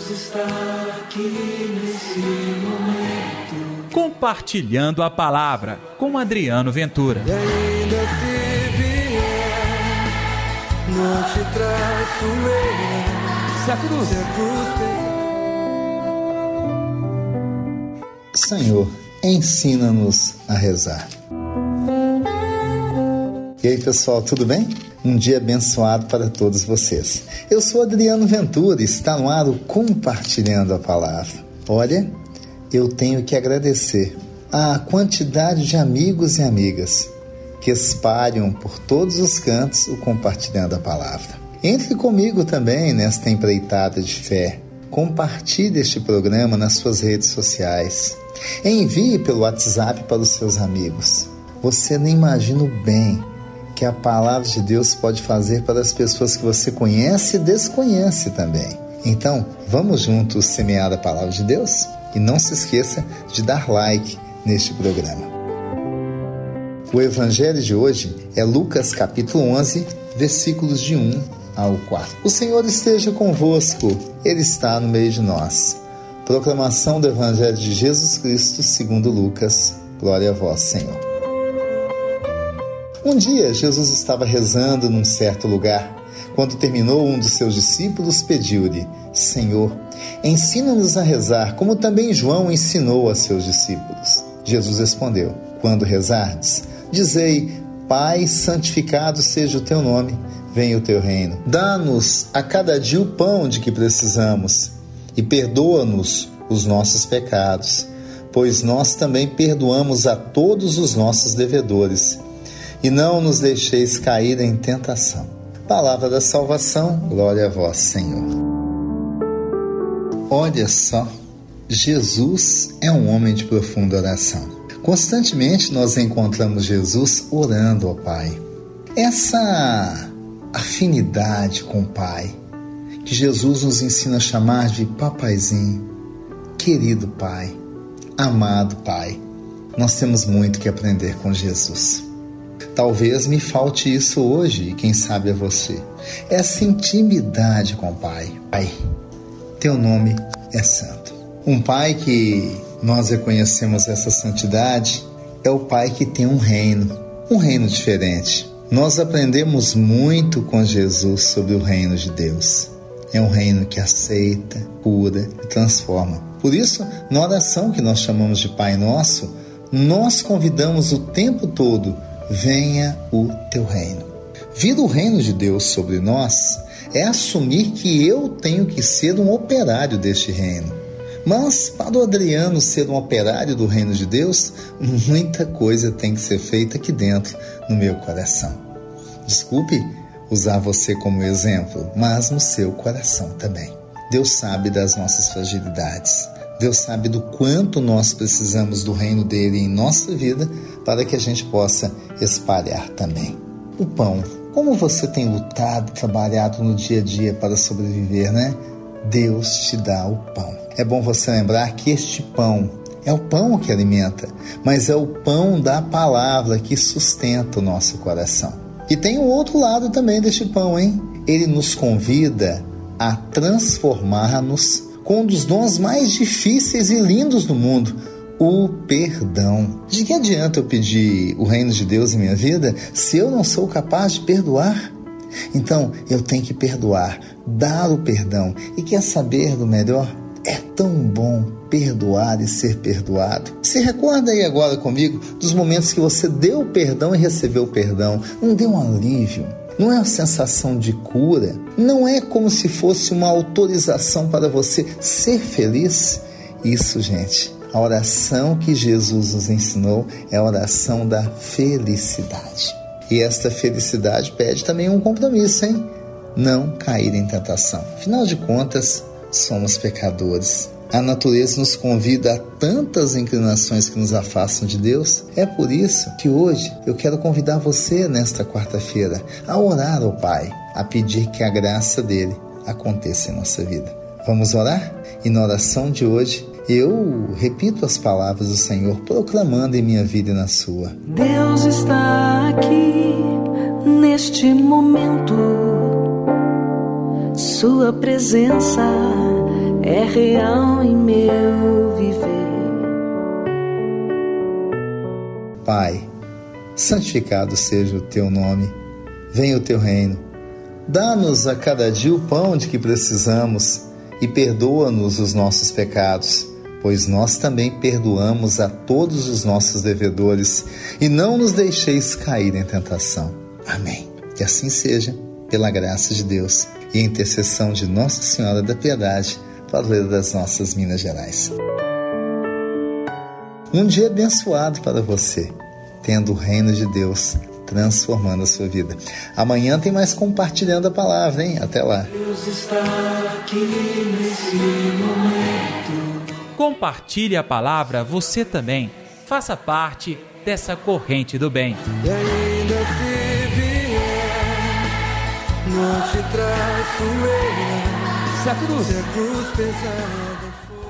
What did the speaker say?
Deus está aqui nesse momento, Compartilhando a Palavra, com Adriano Ventura. e ainda se vier, não te traço eu, Se a cruz se a cruz pesar. Senhor, ensina-nos a rezar. E aí, pessoal, tudo bem? Um dia abençoado para todos vocês. Eu sou Adriano Ventura e está no ar o Compartilhando a Palavra. Olha, eu tenho que agradecer a quantidade de amigos e amigas que espalham por todos os cantos o Compartilhando a Palavra. Entre comigo também nesta empreitada de fé. Compartilhe este programa nas suas redes sociais. Envie pelo WhatsApp para os seus amigos. Você nem imagina o bem que a palavra de Deus pode fazer para as pessoas que você conhece e desconhece também. Então, vamos juntos semear a palavra de Deus? E não se esqueça de dar like neste programa. O evangelho de hoje é Lucas capítulo 11, versículos de 1 ao 4. O Senhor esteja convosco, Ele está no meio de nós. Proclamação do evangelho de Jesus Cristo segundo Lucas. Glória a vós, Senhor. Um dia, Jesus estava rezando num certo lugar. Quando terminou, um dos seus discípulos pediu-lhe: Senhor, ensina-nos a rezar, como também João ensinou a seus discípulos. Jesus respondeu: Quando rezardes, dizei: Pai, santificado seja o teu nome, venha o teu reino. Dá-nos a cada dia o pão de que precisamos e perdoa-nos os nossos pecados, pois nós também perdoamos a todos os nossos devedores. E não nos deixeis cair em tentação. Palavra da salvação, glória a vós, Senhor. Olha só, Jesus é um homem de profunda oração. Constantemente nós encontramos Jesus orando ao Pai. Essa afinidade com o Pai, que Jesus nos ensina a chamar de papaizinho, querido Pai, amado Pai, nós temos muito que aprender com Jesus. Talvez me falte isso hoje, e quem sabe é você. Essa intimidade com o Pai. Pai, teu nome é santo. Um Pai que nós reconhecemos essa santidade é o Pai que tem um reino diferente. Nós aprendemos muito com Jesus sobre o reino de Deus. É um reino que aceita, cura e transforma. Por isso, na oração que nós chamamos de Pai Nosso, nós convidamos o tempo todo: venha o teu reino. Vir o reino de Deus sobre nós é assumir que eu tenho que ser um operário deste reino. Mas para o Adriano ser um operário do reino de Deus, muita coisa tem que ser feita aqui dentro, no meu coração. Desculpe usar você como exemplo, mas no seu coração também. Deus sabe das nossas fragilidades. Deus sabe do quanto nós precisamos do reino dele em nossa vida para que a gente possa espalhar também. O pão. Como você tem lutado, trabalhado no dia a dia para sobreviver, né? Deus te dá o pão. É bom você lembrar que este pão é o pão que alimenta, mas é o pão da palavra que sustenta o nosso coração. E tem um outro lado também deste pão, hein? Ele nos convida a transformar-nos com um dos dons mais difíceis e lindos do mundo, o perdão. De que adianta eu pedir o reino de Deus em minha vida se eu não sou capaz de perdoar? Então, eu tenho que perdoar, dar o perdão. E quer saber do melhor? É tão bom perdoar e ser perdoado. Se recorda aí agora comigo dos momentos que você deu o perdão e recebeu o perdão. Não deu um alívio? Não é uma sensação de cura? Não é como se fosse uma autorização para você ser feliz? Isso, gente, a oração que Jesus nos ensinou é a oração da felicidade. E esta felicidade pede também um compromisso, hein? Não cair em tentação. Afinal de contas, somos pecadores. A natureza nos convida a tantas inclinações que nos afastam de Deus. É por isso que hoje eu quero convidar você, nesta quarta-feira, a orar ao Pai, a pedir que a graça dele aconteça em nossa vida. Vamos orar? E na oração de hoje, eu repito as palavras do Senhor, proclamando em minha vida e na sua. Deus está aqui, neste momento. Sua presença é real em meu viver. Pai, santificado seja o teu nome, venha o teu reino. Dá-nos a cada dia o pão de que precisamos e perdoa-nos os nossos pecados, pois nós também perdoamos a todos os nossos devedores, e não nos deixeis cair em tentação. Amém. Que assim seja, pela graça de Deus e a intercessão de Nossa Senhora da Piedade, padroeira das nossas Minas Gerais. Um dia abençoado para você, tendo o reino de Deus transformando a sua vida. Amanhã tem mais Compartilhando a Palavra, hein? Até lá. Deus está aqui nesse momento. Compartilhe a palavra você também. Faça parte dessa corrente do bem. E ainda se vier, não te traço eu. Se a cruz pesada for.